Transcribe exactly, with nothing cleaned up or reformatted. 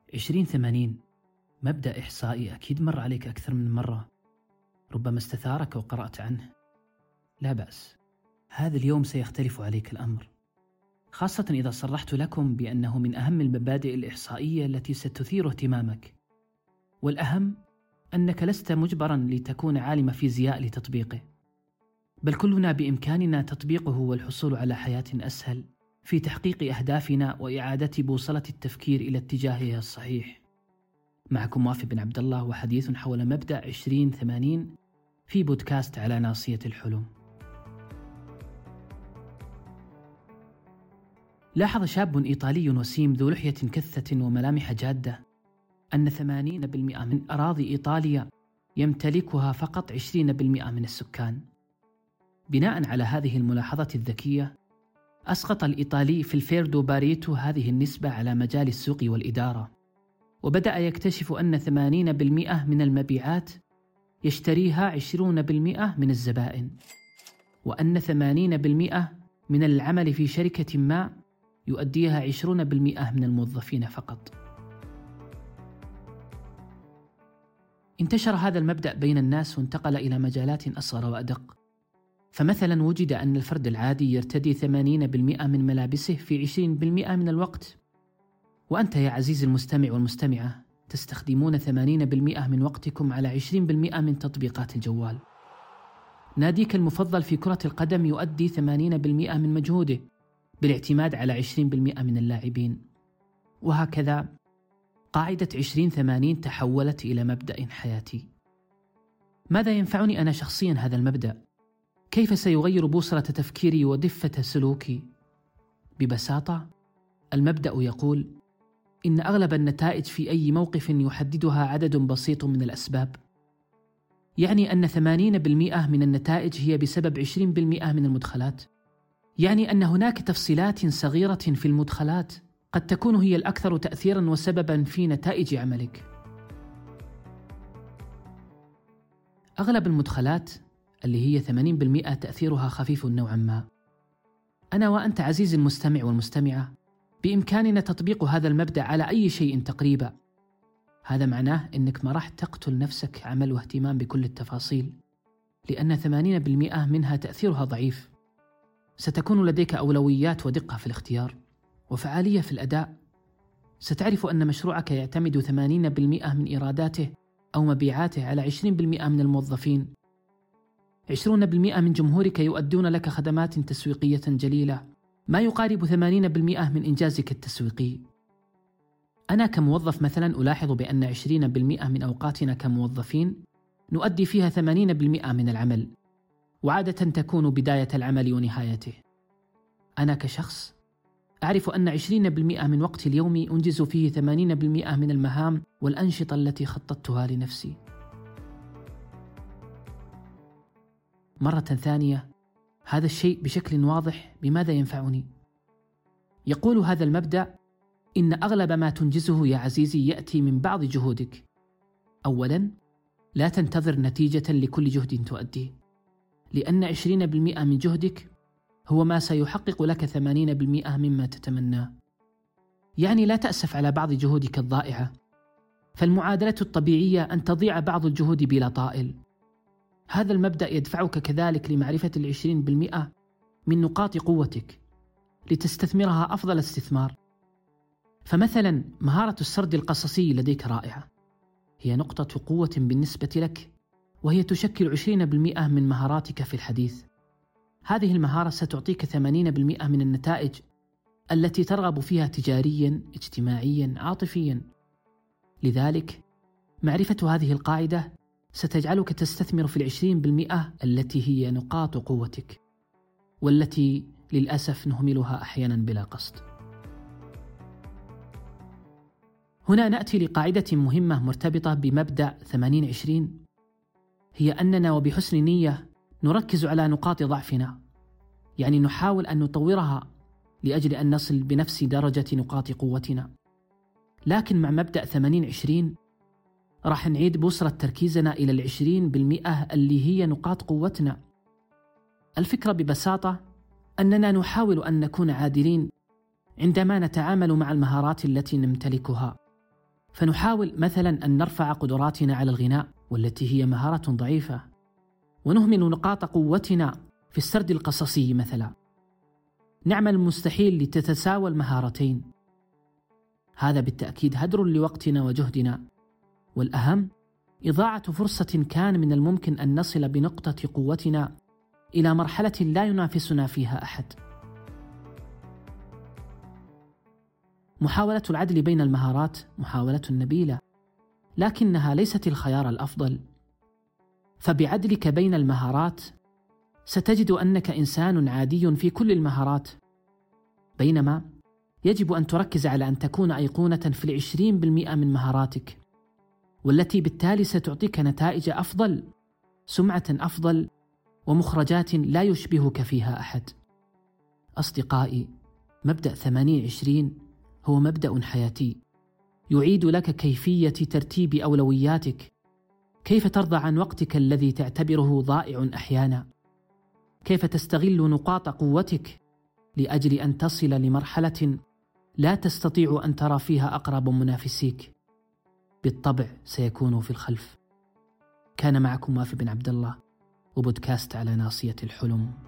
عشرين ثمانين مبدأ إحصائي أكيد مر عليك أكثر من مرة، ربما استثارك وقرأت عنه. لا بأس، هذا اليوم سيختلف عليك الأمر، خاصة إذا صرحت لكم بأنه من أهم المبادئ الإحصائية التي ستثير اهتمامك. والأهم أنك لست مجبرا لتكون عالم فيزياء لتطبيقه، بل كلنا بإمكاننا تطبيقه والحصول على حياة أسهل في تحقيق أهدافنا وإعادة بوصلة التفكير إلى اتجاهها الصحيح. معكم وافي بن عبد الله، وحديث حول مبدأ عشرين ثمانين في بودكاست على ناصية الحلم. لاحظ شاب إيطالي وسيم ذو لحية كثة وملامح جادة أن ثمانين بالمئة من أراضي إيطاليا يمتلكها فقط عشرين بالمئة من السكان. بناء على هذه الملاحظة الذكية، أسقط الإيطالي في الفيردو باريتو هذه النسبة على مجال السوق والإدارة، وبدأ يكتشف أن ثمانين بالمئة من المبيعات يشتريها عشرون بالمئة من الزبائن، وأن ثمانين بالمئة من العمل في شركة ما يؤديها عشرون بالمئة من الموظفين فقط. انتشر هذا المبدأ بين الناس وانتقل إلى مجالات أصغر وأدق، فمثلا وجد أن الفرد العادي يرتدي ثمانين بالمئة من ملابسه في عشرين بالمئة من الوقت، وأنت يا عزيزي المستمع والمستمعة تستخدمون ثمانين بالمئة من وقتكم على عشرين بالمئة من تطبيقات الجوال. ناديك المفضل في كرة القدم يؤدي ثمانين بالمئة من مجهوده بالاعتماد على عشرين بالمئة من اللاعبين، وهكذا قاعدة عشرين ثمانين تحولت إلى مبدأ حياتي. ماذا ينفعني أنا شخصيا هذا المبدأ؟ كيف سيغير بوصلة تفكيري ودفة سلوكي؟ ببساطة، المبدأ يقول إن أغلب النتائج في أي موقف يحددها عدد بسيط من الأسباب. يعني أن ثمانين بالمئة من النتائج هي بسبب عشرين بالمئة من المدخلات. يعني أن هناك تفصيلات صغيرة في المدخلات قد تكون هي الأكثر تأثيرا وسببا في نتائج عملك. أغلب المدخلات اللي هي ثمانين بالمئة تأثيرها خفيف نوعا ما. أنا وأنت عزيزي المستمع والمستمعة بإمكاننا تطبيق هذا المبدأ على أي شيء تقريبا. هذا معناه أنك ما راح تقتل نفسك عمل واهتمام بكل التفاصيل، لأن ثمانين بالمئة منها تأثيرها ضعيف. ستكون لديك أولويات ودقة في الاختيار وفعالية في الأداء. ستعرف أن مشروعك يعتمد ثمانين بالمئة من إيراداته أو مبيعاته على عشرين بالمئة من الموظفين. عشرون بالمئة من جمهورك يؤدون لك خدمات تسويقية جليلة، ما يقارب ثمانين بالمئة من إنجازك التسويقي. أنا كموظف مثلا ألاحظ بأن عشرين بالمئة من أوقاتنا كموظفين نؤدي فيها ثمانين بالمئة من العمل، وعادة تكون بداية العمل ونهايته. أنا كشخص أعرف أن عشرين بالمئة من وقتي اليومي أنجز فيه ثمانين بالمئة من المهام والأنشطة التي خططتها لنفسي. مرة ثانية، هذا الشيء بشكل واضح بماذا ينفعني؟ يقول هذا المبدأ إن أغلب ما تنجزه يا عزيزي يأتي من بعض جهودك. أولا، لا تنتظر نتيجة لكل جهد تؤديه، لأن عشرين بالمئة من جهدك هو ما سيحقق لك ثمانين بالمئة مما تتمناه. يعني لا تأسف على بعض جهودك الضائعة، فالمعادلة الطبيعية أن تضيع بعض الجهود بلا طائل. هذا المبدأ يدفعك كذلك لمعرفة العشرين بالمئة من نقاط قوتك لتستثمرها أفضل استثمار. فمثلا مهارة السرد القصصي لديك رائعة، هي نقطة قوة بالنسبة لك، وهي تشكل عشرين بالمئة من مهاراتك في الحديث. هذه المهارة ستعطيك ثمانين بالمئة من النتائج التي ترغب فيها تجاريا، اجتماعيا، عاطفيا. لذلك معرفة هذه القاعدة ستجعلك تستثمر في العشرين بالمئة التي هي نقاط قوتك، والتي للأسف نهملها أحيانا بلا قصد. هنا نأتي لقاعدة مهمة مرتبطة بمبدأ ثمانين عشرين، هي أننا وبحسن نية نركز على نقاط ضعفنا، يعني نحاول أن نطورها لأجل أن نصل بنفس درجة نقاط قوتنا. لكن مع مبدأ ثمانين عشرين راح نعيد بوصلة تركيزنا إلى العشرين بالمئة اللي هي نقاط قوتنا. الفكرة ببساطة أننا نحاول أن نكون عادلين عندما نتعامل مع المهارات التي نمتلكها، فنحاول مثلا أن نرفع قدراتنا على الغناء والتي هي مهارة ضعيفة، ونهمل نقاط قوتنا في السرد القصصي مثلا. نعمل المستحيل لتتساوى المهارتين. هذا بالتأكيد هدر لوقتنا وجهدنا، والأهم إضاعة فرصة كان من الممكن أن نصل بنقطة قوتنا إلى مرحلة لا ينافسنا فيها أحد. محاولة العدل بين المهارات محاولة نبيلة، لكنها ليست الخيار الأفضل. فبعدلك بين المهارات ستجد أنك إنسان عادي في كل المهارات، بينما يجب أن تركز على أن تكون أيقونة في العشرين بالمئة من مهاراتك، والتي بالتالي ستعطيك نتائج أفضل، سمعة أفضل، ومخرجات لا يشبهك فيها أحد. أصدقائي، مبدأ ثمانين عشرين هو مبدأ حياتي يعيد لك كيفية ترتيب أولوياتك، كيف ترضى عن وقتك الذي تعتبره ضائع أحيانا، كيف تستغل نقاط قوتك لأجل أن تصل لمرحلة لا تستطيع أن ترى فيها أقرب منافسيك، بالطبع سيكون في الخلف. كان معكم وافي بن عبد الله، وبودكاست على ناصية الحلم.